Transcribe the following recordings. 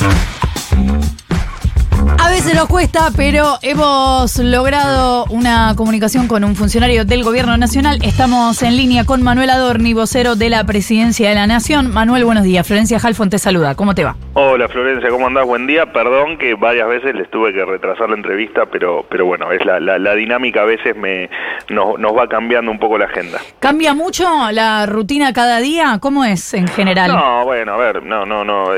A veces nos cuesta, pero hemos logrado una comunicación con un funcionario del Gobierno Nacional. Estamos en línea con Manuel Adorni, vocero de la Presidencia de la Nación. Manuel, buenos días. Florencia Halfon te saluda. ¿Cómo te va? Hola Florencia, ¿cómo andás? Buen día. Perdón que varias veces les tuve que retrasar la entrevista, pero bueno, es la dinámica a veces nos va cambiando un poco la agenda. ¿Cambia mucho la rutina cada día? ¿Cómo es en general? No, bueno, a ver, no.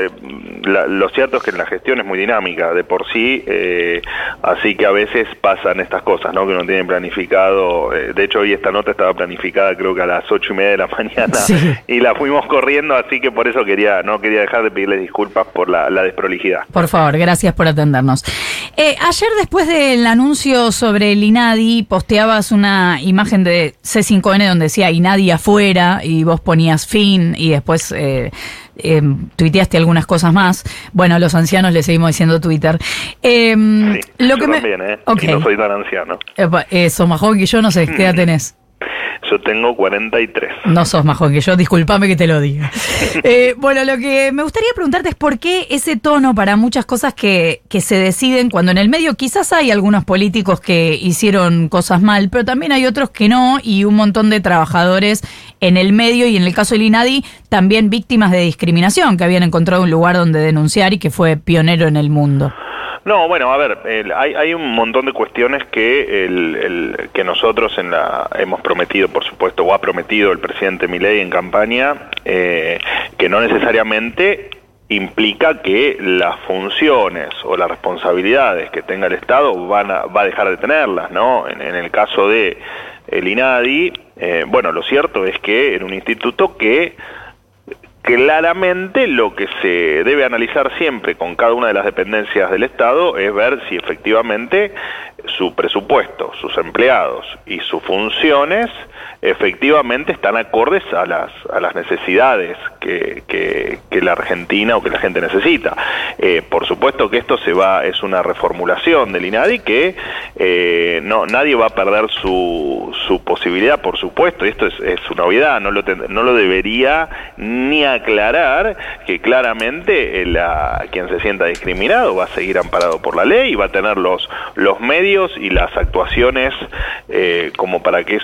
Lo cierto es que la gestión es muy dinámica de por sí, así que a veces pasan estas cosas, ¿no? Que uno tiene planificado. De hecho, hoy esta nota estaba planificada creo que a las 8:30 de la mañana, sí, y la fuimos corriendo, así que por eso no quería dejar de pedirles disculpas por la desprolijidad. Por favor, gracias por atendernos. Ayer, después del anuncio sobre el INADI, posteabas una imagen de C5N donde decía INADI afuera y vos ponías fin y después tuiteaste algunas cosas más. Bueno, a los ancianos le seguimos diciendo Twitter. Sí, lo que también, okay. Y no soy tan anciano. Sos más joven que yo, no sé, ¿qué edad tenés? Yo tengo 43. No sos más joven que yo, discúlpame que te lo diga. Bueno, lo que me gustaría preguntarte es por qué ese tono para muchas cosas que se deciden cuando en el medio quizás hay algunos políticos que hicieron cosas mal, pero también hay otros que no, y un montón de trabajadores en el medio, y en el caso del INADI también víctimas de discriminación, que habían encontrado un lugar donde denunciar y que fue pionero en el mundo. No, bueno, a ver, hay un montón de cuestiones que nosotros hemos prometido, por supuesto, o ha prometido el presidente Milei en campaña, que no necesariamente implica que las funciones o las responsabilidades que tenga el Estado va a dejar de tenerlas, ¿no? En el caso de el INADI, bueno, lo cierto es que era un instituto que claramente lo que se debe analizar siempre con cada una de las dependencias del Estado es ver si efectivamente su presupuesto, sus empleados y sus funciones efectivamente están acordes a las necesidades que la Argentina o que la gente necesita. Por supuesto que esto es una reformulación del INADI que nadie va a perder su posibilidad, por supuesto, y esto es una obviedad, no lo debería ni aclarar, que claramente quien se sienta discriminado va a seguir amparado por la ley y va a tener los medios y las actuaciones como para que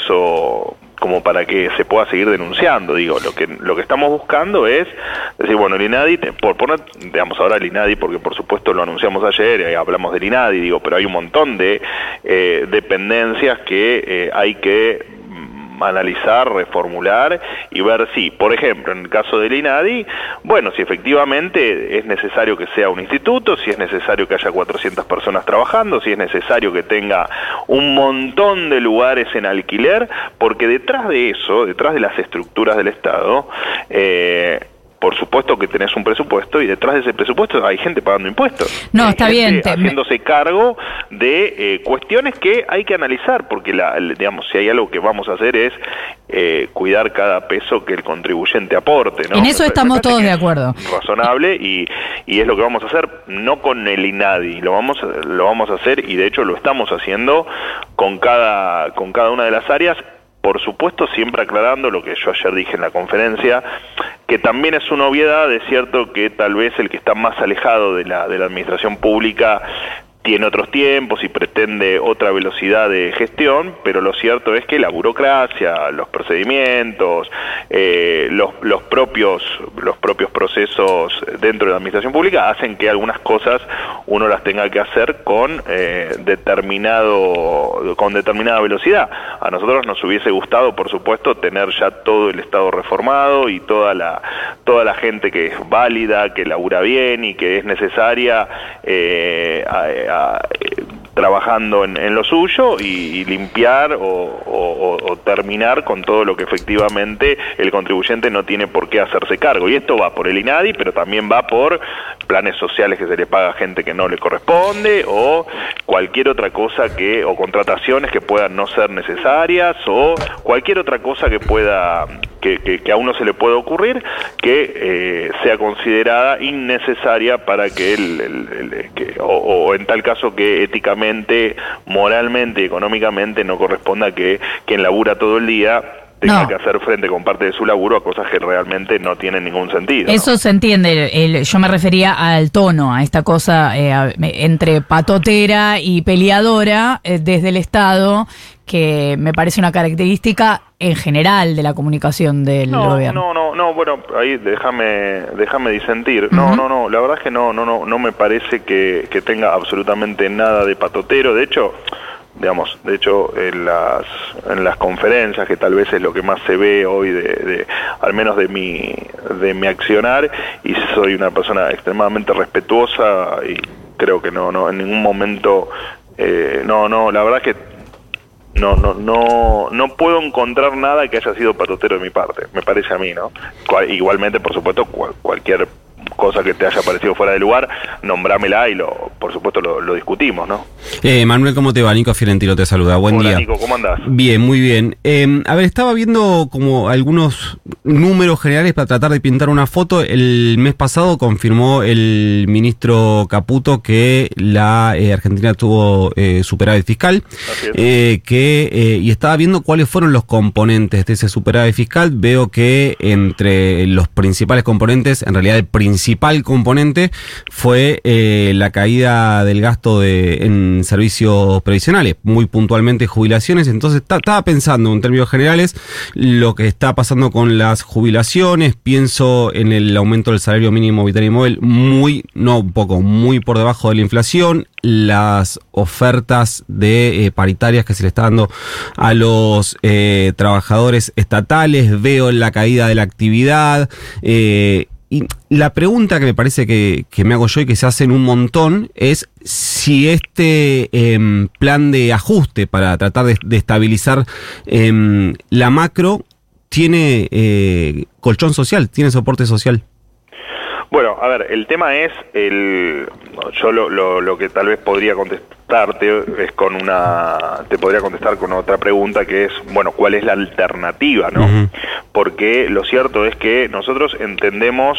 se pueda seguir denunciando. Digo, lo que estamos buscando es decir, bueno, el INADI, por poner, digamos ahora el INADI, porque por supuesto lo anunciamos ayer y hablamos del INADI, digo, pero hay un montón de dependencias que hay que analizar, reformular y ver si, por ejemplo, en el caso del INADI, bueno, si efectivamente es necesario que sea un instituto, si es necesario que haya 400 personas trabajando, si es necesario que tenga un montón de lugares en alquiler, porque detrás de eso, detrás de las estructuras del Estado, por supuesto que tenés un presupuesto y detrás de ese presupuesto hay gente pagando impuestos. No, está bien. Haciéndose cargo de cuestiones que hay que analizar, porque digamos, si hay algo que vamos a hacer es cuidar cada peso que el contribuyente aporte, ¿no? En eso estamos todos de acuerdo. Razonable y es lo que vamos a hacer, no con el INADI, lo vamos a hacer y de hecho lo estamos haciendo con cada una de las áreas. Por supuesto, siempre aclarando lo que yo ayer dije en la conferencia, que también es una obviedad, es cierto que tal vez el que está más alejado de la administración pública tiene otros tiempos y pretende otra velocidad de gestión, pero lo cierto es que la burocracia, los procedimientos, los propios procesos dentro de la administración pública hacen que algunas cosas uno las tenga que hacer con determinada velocidad. A nosotros nos hubiese gustado, por supuesto, tener ya todo el Estado reformado y toda la gente que es válida, que labura bien y que es necesaria trabajando en lo suyo y limpiar o terminar con todo lo que efectivamente el contribuyente no tiene por qué hacerse cargo. Y esto va por el INADI, pero también va por planes sociales que se le paga a gente que no le corresponde o cualquier otra cosa o contrataciones que puedan no ser necesarias o cualquier otra cosa que pueda que a uno se le pueda ocurrir que sea considerada innecesaria para que o en tal caso que éticamente, moralmente y económicamente no corresponda que quien labura todo el día tenga que hacer frente con parte de su laburo a cosas que realmente no tienen ningún sentido. Eso se entiende. Yo me refería al tono, a esta cosa entre patotera y peleadora desde el Estado, que me parece una característica en general de la comunicación del gobierno. No, bueno, ahí déjame disentir. No, la verdad es que no me parece que tenga absolutamente nada de patotero. De hecho, en las conferencias, que tal vez es lo que más se ve hoy al menos de mi accionar, y soy una persona extremadamente respetuosa y creo que no en ningún momento la verdad es que no puedo encontrar nada que haya sido patotero de mi parte, me parece a mí, ¿no? Igualmente, por supuesto, cualquier cosa que te haya parecido fuera de lugar, nombrámela y por supuesto lo discutimos, ¿no? Manuel, ¿cómo te va? Nico Fiorentino te saluda, buen día. Hola Nico, ¿cómo andás? Bien, muy bien. A ver, estaba viendo como algunos números generales para tratar de pintar una foto. El mes pasado confirmó el ministro Caputo que la Argentina tuvo superávit fiscal, y estaba viendo cuáles fueron los componentes de ese superávit fiscal. Veo que entre los principales componentes, en realidad el principal componente fue la caída del gasto en servicios previsionales, muy puntualmente jubilaciones. Entonces estaba pensando en términos generales lo que está pasando con las jubilaciones. Pienso en el aumento del salario mínimo vital y móvil, muy por debajo de la inflación, las ofertas de paritarias que se le está dando a los trabajadores estatales, veo la caída de la actividad, y la pregunta que me parece que me hago yo y que se hacen un montón es si este plan de ajuste para tratar de estabilizar la macro tiene colchón social, tiene soporte social. Bueno, a ver, el tema es yo lo que tal vez podría contestarte es te podría contestar con otra pregunta, que es, bueno, ¿cuál es la alternativa, no? Uh-huh. Porque lo cierto es que nosotros entendemos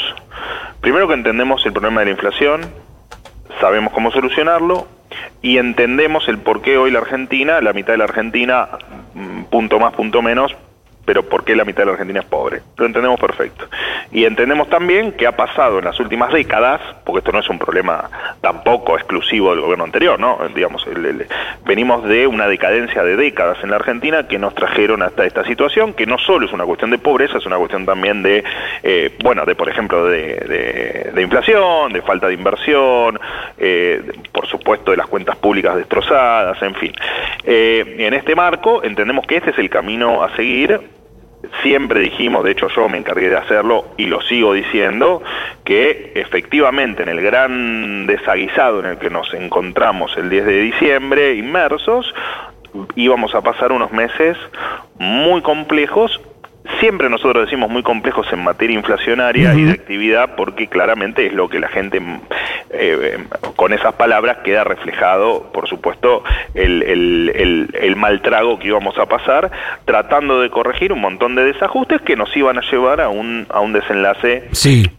el problema de la inflación, sabemos cómo solucionarlo y entendemos el por qué hoy la mitad de la Argentina, punto más, punto menos, pero ¿por qué la mitad de la Argentina es pobre? Lo entendemos perfecto. Y entendemos también que ha pasado en las últimas décadas, porque esto no es un problema tampoco exclusivo del gobierno anterior, ¿no? Digamos, venimos de una decadencia de décadas en la Argentina que nos trajeron hasta esta situación, que no solo es una cuestión de pobreza, es una cuestión también por ejemplo, de inflación, de falta de inversión, por supuesto de las cuentas públicas destrozadas, en fin. En este marco entendemos que este es el camino a seguir. Siempre dijimos, de hecho yo me encargué de hacerlo y lo sigo diciendo, que efectivamente en el gran desaguisado en el que nos encontramos el 10 de diciembre inmersos, íbamos a pasar unos meses muy complejos. Siempre nosotros decimos muy complejos en materia inflacionaria y de actividad, porque claramente es lo que la gente, con esas palabras, queda reflejado, por supuesto, el mal trago que íbamos a pasar, tratando de corregir un montón de desajustes que nos iban a llevar a un desenlace,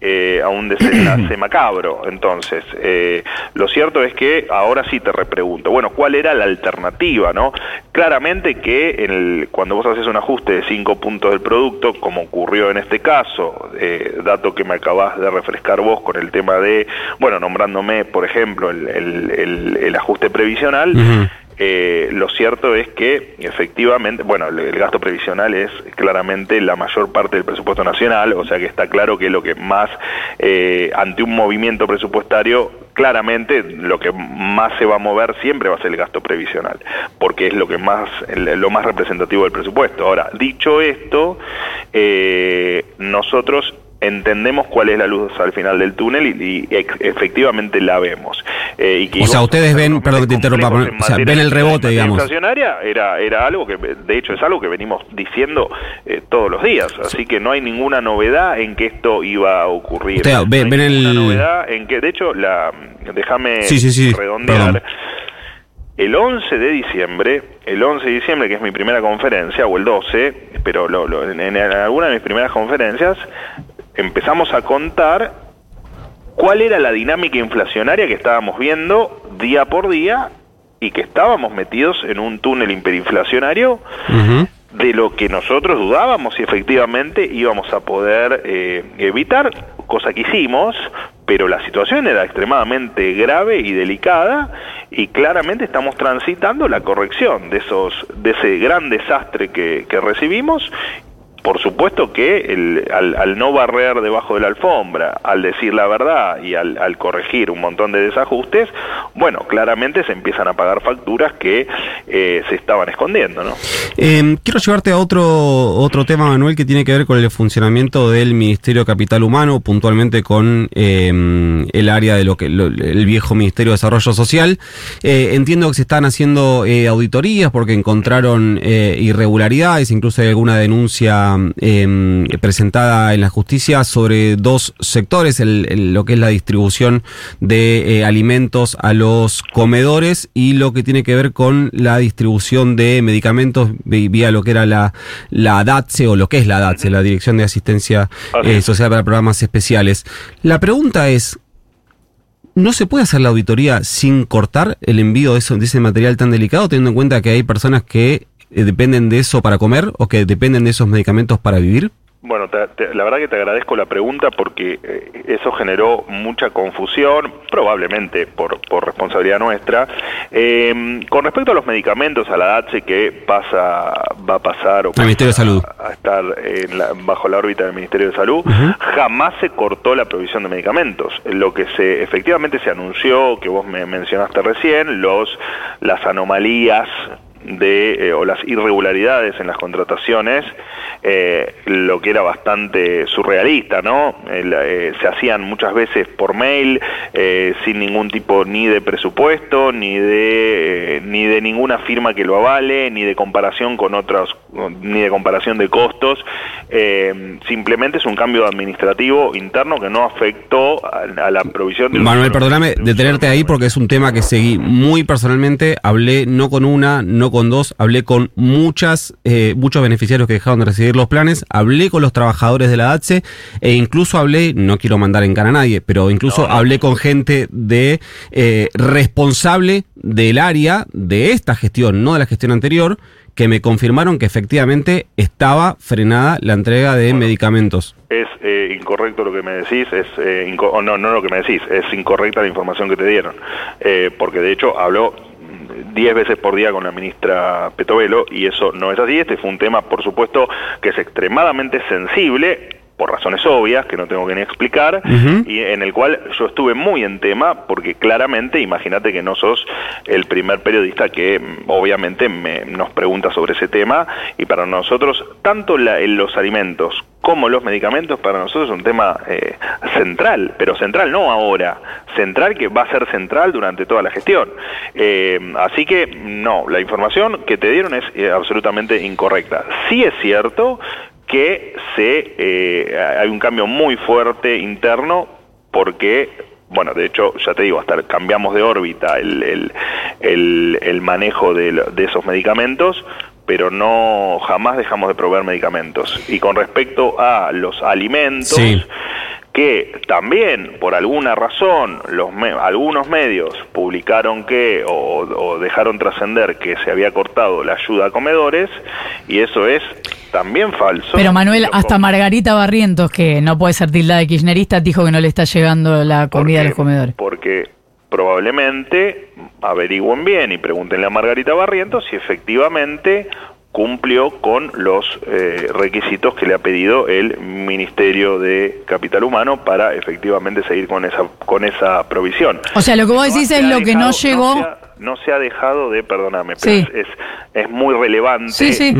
macabro. Entonces, lo cierto es que ahora sí te repregunto, bueno, ¿cuál era la alternativa, no? Claramente que cuando vos haces un ajuste de 5 puntos del producto, como ocurrió en este caso, dato que me acabás de refrescar vos con el tema de, nombrándome, por ejemplo, el ajuste previsional, lo cierto es que efectivamente, el gasto previsional es claramente la mayor parte del presupuesto nacional, o sea que está claro que lo que más, ante un movimiento presupuestario, claramente lo que más se va a mover siempre va a ser el gasto previsional, porque es lo más representativo del presupuesto. Ahora, dicho esto, nosotros entendemos cuál es la luz al final del túnel y efectivamente la vemos. Ustedes ven, perdón que te interrumpa, ven el rebote, digamos. La inflacionaria era algo que, de hecho, es algo que venimos diciendo todos los días, así que no hay ninguna novedad en que esto iba a ocurrir. Ven ninguna novedad en que, de hecho, déjame redondear. Perdón. El 11 de diciembre, que es mi primera conferencia, o el 12, pero en alguna de mis primeras conferencias, empezamos a contar cuál era la dinámica inflacionaria que estábamos viendo día por día y que estábamos metidos en un túnel hiperinflacionario de lo que nosotros dudábamos si efectivamente íbamos a poder evitar, cosa que hicimos, pero la situación era extremadamente grave y delicada, y claramente estamos transitando la corrección de ese gran desastre que recibimos. Por supuesto que al no barrer debajo de la alfombra, al decir la verdad y al corregir un montón de desajustes, bueno, claramente se empiezan a pagar facturas que se estaban escondiendo, ¿no? Quiero llevarte a otro tema, Manuel, que tiene que ver con el funcionamiento del Ministerio de Capital Humano, puntualmente con el área de el viejo Ministerio de Desarrollo Social. Entiendo que se están haciendo auditorías porque encontraron irregularidades, incluso hay alguna denuncia presentada en la justicia sobre dos sectores, lo que es la distribución de alimentos a los comedores y lo que tiene que ver con la distribución de medicamentos vía lo que era la DATSE, o lo que es la DATSE, la Dirección de Asistencia Social para Programas Especiales. La pregunta es, ¿no se puede hacer la auditoría sin cortar el envío de ese material tan delicado, teniendo en cuenta que hay personas que dependen de eso para comer o que dependen de esos medicamentos para vivir? Bueno, la verdad que te agradezco la pregunta porque eso generó mucha confusión, probablemente por responsabilidad nuestra. Con respecto a los medicamentos, a la DATSE que va a pasar o al Ministerio de Salud, a estar bajo la órbita del Ministerio de Salud, jamás se cortó la provisión de medicamentos. Lo que efectivamente se anunció, que vos me mencionaste recién, las anomalías o las irregularidades en las contrataciones, lo que era bastante surrealista, ¿no? Se hacían muchas veces por mail, sin ningún tipo ni de presupuesto, ni de ninguna firma que lo avale, ni de comparación con otros, ni de comparación de costos. Simplemente es un cambio administrativo interno que no afectó a la provisión de... Manuel, perdóname detenerte ahí porque es un tema que seguí muy personalmente. Hablé no con una, no con dos, hablé con muchos beneficiarios que dejaron de recibir los planes, hablé con los trabajadores de la DATSE e incluso hablé, no quiero mandar en cara a nadie, pero incluso hablé con gente responsable del área de esta gestión, no de la gestión anterior, que me confirmaron que efectivamente estaba frenada la entrega de medicamentos. Es incorrecto lo que me decís, no lo que me decís, es incorrecta la información que te dieron, porque de hecho habló 10 veces por día con la ministra Petovelo y eso no es así. Este fue un tema, por supuesto, que es extremadamente sensible, por razones obvias, que no tengo que ni explicar, y en el cual yo estuve muy en tema, porque claramente, imagínate que no sos el primer periodista que obviamente nos pregunta sobre ese tema, y para nosotros, tanto los alimentos como los medicamentos, para nosotros es un tema central, pero central no ahora, central que va a ser central durante toda la gestión. Así que, no, la información que te dieron es absolutamente incorrecta. Sí es cierto que hay un cambio muy fuerte interno porque, bueno, de hecho, ya te digo, hasta cambiamos de órbita el manejo de esos medicamentos, pero no jamás dejamos de proveer medicamentos. Y con respecto a los alimentos, sí, que también por alguna razón algunos medios publicaron o dejaron trascender que se había cortado la ayuda a comedores, y eso es también falso. Pero Manuel, hasta Margarita Barrientos, que no puede ser tildada de kirchnerista, dijo que no le está llegando la comida a los comedores. Porque probablemente averigüen bien y pregúntenle a Margarita Barrientos si efectivamente cumplió con los requisitos que le ha pedido el Ministerio de Capital Humano para efectivamente seguir con esa provisión. O sea, lo que vos decís es lo que no llegó... No se ha dejado de, perdóname, pero sí, es muy relevante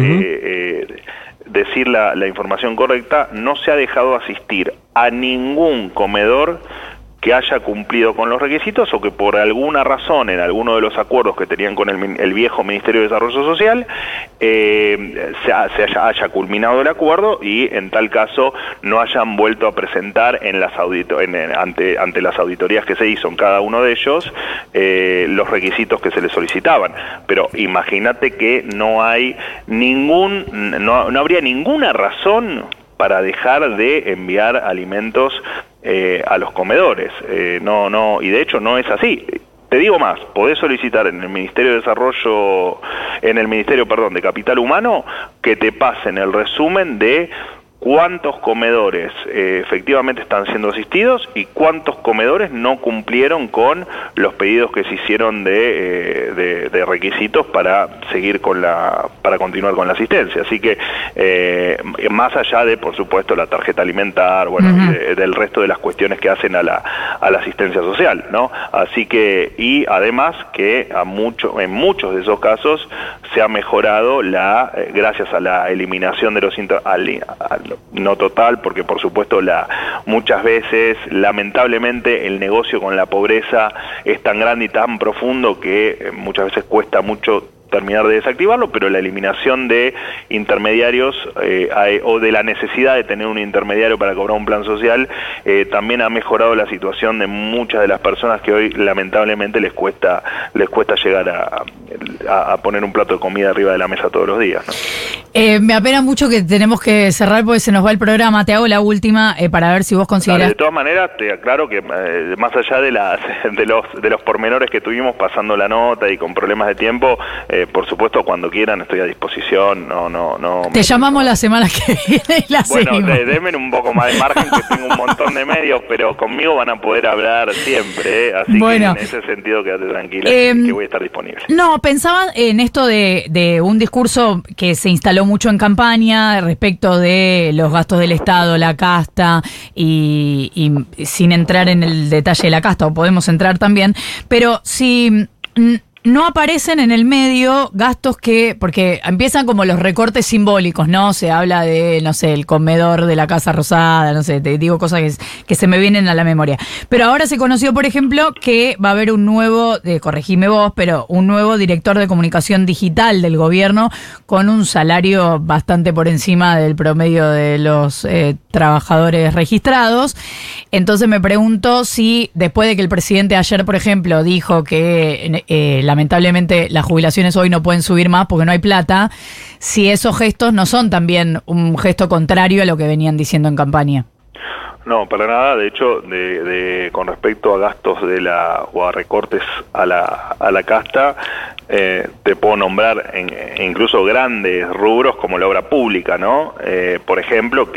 decir la información correcta. No se ha dejado asistir a ningún comedor que haya cumplido con los requisitos o que por alguna razón en alguno de los acuerdos que tenían con el viejo Ministerio de Desarrollo Social haya culminado el acuerdo y en tal caso no hayan vuelto a presentar ante las auditorías que se hizo en cada uno de ellos los requisitos que se les solicitaban. Pero imagínate que no habría ninguna razón para dejar de enviar alimentos a los comedores. Y de hecho no es así. Te digo más, podés solicitar en el Ministerio de Desarrollo, de Capital Humano, que te pasen el resumen de cuántos comedores efectivamente están siendo asistidos y cuántos comedores no cumplieron con los pedidos que se hicieron de requisitos para seguir para continuar con la asistencia. Así que más allá de, por supuesto, la tarjeta alimentar, y del resto de las cuestiones que hacen a la asistencia social, ¿no? Así que, y además que en muchos de esos casos se ha mejorado gracias a la eliminación de los no total, porque por supuesto muchas veces, lamentablemente, el negocio con la pobreza es tan grande y tan profundo que muchas veces cuesta mucho terminar de desactivarlo, pero la eliminación de intermediarios o de la necesidad de tener un intermediario para cobrar un plan social también ha mejorado la situación de muchas de las personas que hoy lamentablemente les cuesta llegar a poner un plato de comida arriba de la mesa todos los días, ¿no? Me apena mucho que tenemos que cerrar porque se nos va el programa. Te hago la última para ver si vos considerás... De todas maneras, te aclaro que más allá de los pormenores que tuvimos pasando la nota y con problemas de tiempo, por supuesto, cuando quieran estoy a disposición. Te llamamos la semana que viene y la seguimos. Bueno, denme un poco más de margen, que tengo un montón de medios, pero conmigo van a poder hablar siempre, así que en ese sentido quédate tranquila, que voy a estar disponible. No, pensaba en esto de un discurso que se instaló mucho en campaña respecto de los gastos del Estado, la casta, y sin entrar en el detalle de la casta, o podemos entrar también, pero si... no aparecen en el medio gastos porque empiezan como los recortes simbólicos, ¿no? Se habla de, no sé, el comedor de la Casa Rosada, no sé, te digo cosas que se me vienen a la memoria. Pero ahora se conoció, por ejemplo, que va a haber un nuevo, corregime vos, pero un nuevo director de comunicación digital del gobierno con un salario bastante por encima del promedio de los trabajadores registrados. Entonces me pregunto si, después de que el presidente ayer, por ejemplo, dijo que lamentablemente las jubilaciones hoy no pueden subir más porque no hay plata, si esos gestos no son también un gesto contrario a lo que venían diciendo en campaña. No, para nada. De hecho, con respecto a gastos o a recortes a la casta, te puedo nombrar incluso grandes rubros como la obra pública, ¿no? Por ejemplo,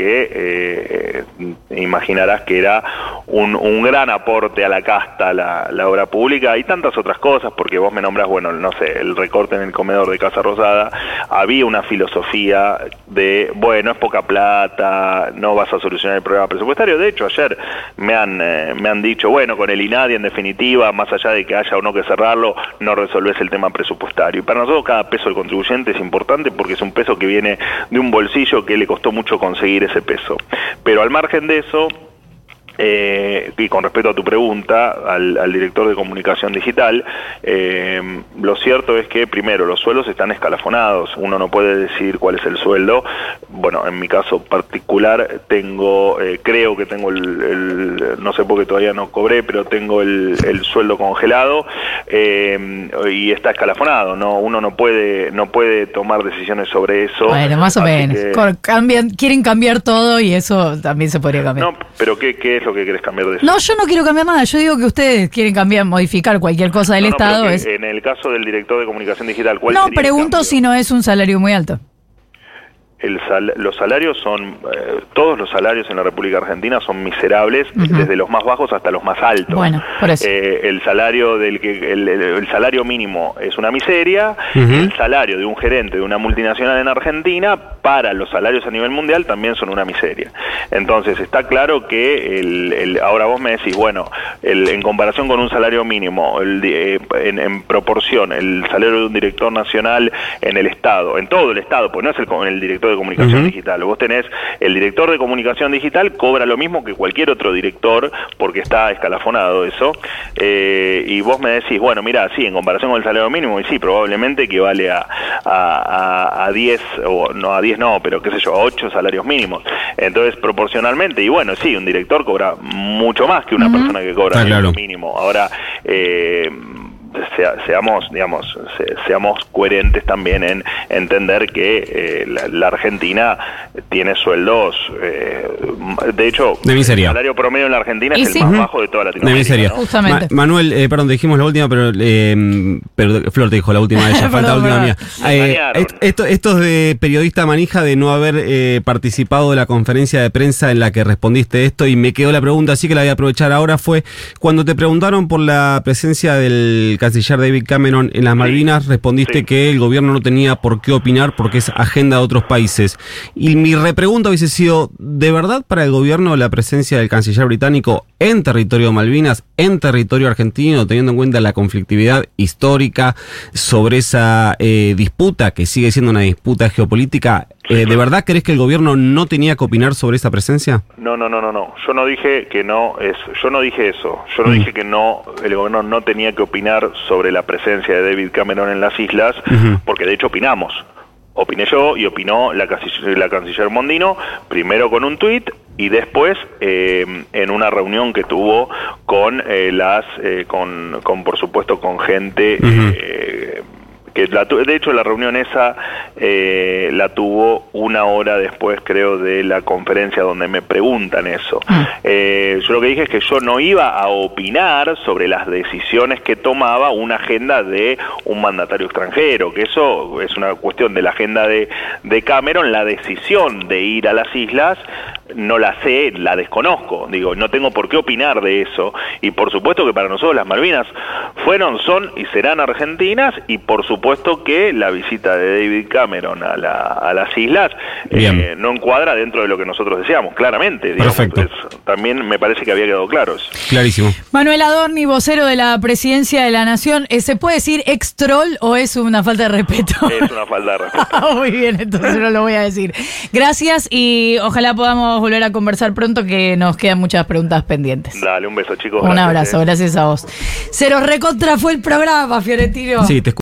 que imaginarás que era un gran aporte a la casta la obra pública y tantas otras cosas, porque vos me nombrás, no sé, el recorte en el comedor de Casa Rosada. Había una filosofía de, es poca plata, no vas a solucionar el problema presupuestario. De hecho, ayer me han dicho, con el INADI, en definitiva, más allá de que haya o no que cerrarlo, no resolvés el tema presupuestario. Y para nosotros cada peso del contribuyente es importante porque es un peso que viene de un bolsillo que le costó mucho conseguir ese peso. Pero al margen de eso, y con respecto a tu pregunta al director de comunicación digital, lo cierto es que primero los sueldos están escalafonados, uno no puede decidir cuál es el sueldo. En mi caso particular creo que tengo no sé porque todavía no cobré, pero tengo el sueldo congelado y está escalafonado, uno no puede tomar decisiones sobre eso. Bueno, más o menos. Quieren cambiar todo y eso también se podría cambiar. No, pero ¿qué es lo que querés cambiar de eso? No, yo no quiero cambiar nada. Yo digo que ustedes quieren modificar cualquier cosa del Estado. En el caso del director de comunicación digital, ¿cuál sería? No, pregunto si no es un salario muy alto. Los salarios son, todos los salarios en la República Argentina son miserables, desde los más bajos hasta los más altos. Bueno, por eso. El salario el salario mínimo es una miseria, el salario de un gerente de una multinacional en Argentina para los salarios a nivel mundial también son una miseria. Entonces está claro que ahora vos me decís, en comparación con un salario mínimo, en proporción, el salario de un director nacional en el Estado, en todo el Estado, pues no es el director de comunicación digital. Vos tenés el director de comunicación digital cobra lo mismo que cualquier otro director porque está escalafonado eso, y vos me decís, mira, sí, en comparación con el salario mínimo, y sí, probablemente equivale a 10, o no a 10 no, pero qué sé yo, a 8 salarios mínimos. Entonces, proporcionalmente, y sí, un director cobra mucho más que una persona que cobra el mínimo. Ahora, seamos coherentes también en entender que la Argentina tiene sueldos, de hecho, el salario promedio en la Argentina es el más bajo de toda Latinoamérica, ¿no? Justamente. Manuel, perdón, dijimos la última, pero Flor te dijo la última de ella, falta la última mía. Esto es de periodista manija de no haber participado de la conferencia de prensa en la que respondiste esto, y me quedó la pregunta, así que la voy a aprovechar ahora. Fue cuando te preguntaron por la presencia del canciller David Cameron en las Malvinas, respondiste que el gobierno no tenía por qué opinar porque es agenda de otros países. Y mi repregunta hubiese sido, ¿de verdad para el gobierno la presencia del canciller británico en territorio de Malvinas, en territorio argentino, teniendo en cuenta la conflictividad histórica sobre esa disputa, que sigue siendo una disputa geopolítica, ¿de verdad crees que el gobierno no tenía que opinar sobre esa presencia? No. Yo no dije que no, yo no dije eso. Yo no dije que no, el gobierno no tenía que opinar sobre la presencia de David Cameron en las islas, porque de hecho opinamos. Opiné yo y opinó la canciller Mondino, primero con un tuit y después en una reunión que tuvo con con por supuesto con gente que de hecho la reunión esa la tuvo una hora después, creo, de la conferencia donde me preguntan eso. Yo lo que dije es que yo no iba a opinar sobre las decisiones que tomaba una agenda de un mandatario extranjero, que eso es una cuestión de la agenda de Cameron. La decisión de ir a las islas no la sé, la desconozco, digo, no tengo por qué opinar de eso, y por supuesto que para nosotros las Malvinas fueron, son y serán argentinas, y por supuesto que la visita de David Cameron a las islas no encuadra dentro de lo que nosotros deseamos, claramente, digamos. Perfecto. También me parece que había quedado claro eso. Clarísimo. Manuel Adorni, vocero de la Presidencia de la Nación, ¿se puede decir ex-troll o es una falta de respeto? Es una falta de respeto. Muy bien, entonces no lo voy a decir. Gracias y ojalá podamos volver a conversar pronto, que nos quedan muchas preguntas pendientes. Dale, un beso, chicos. Un abrazo, gracias a vos. Se nos recontra fue el programa, Fiorentino. Sí, te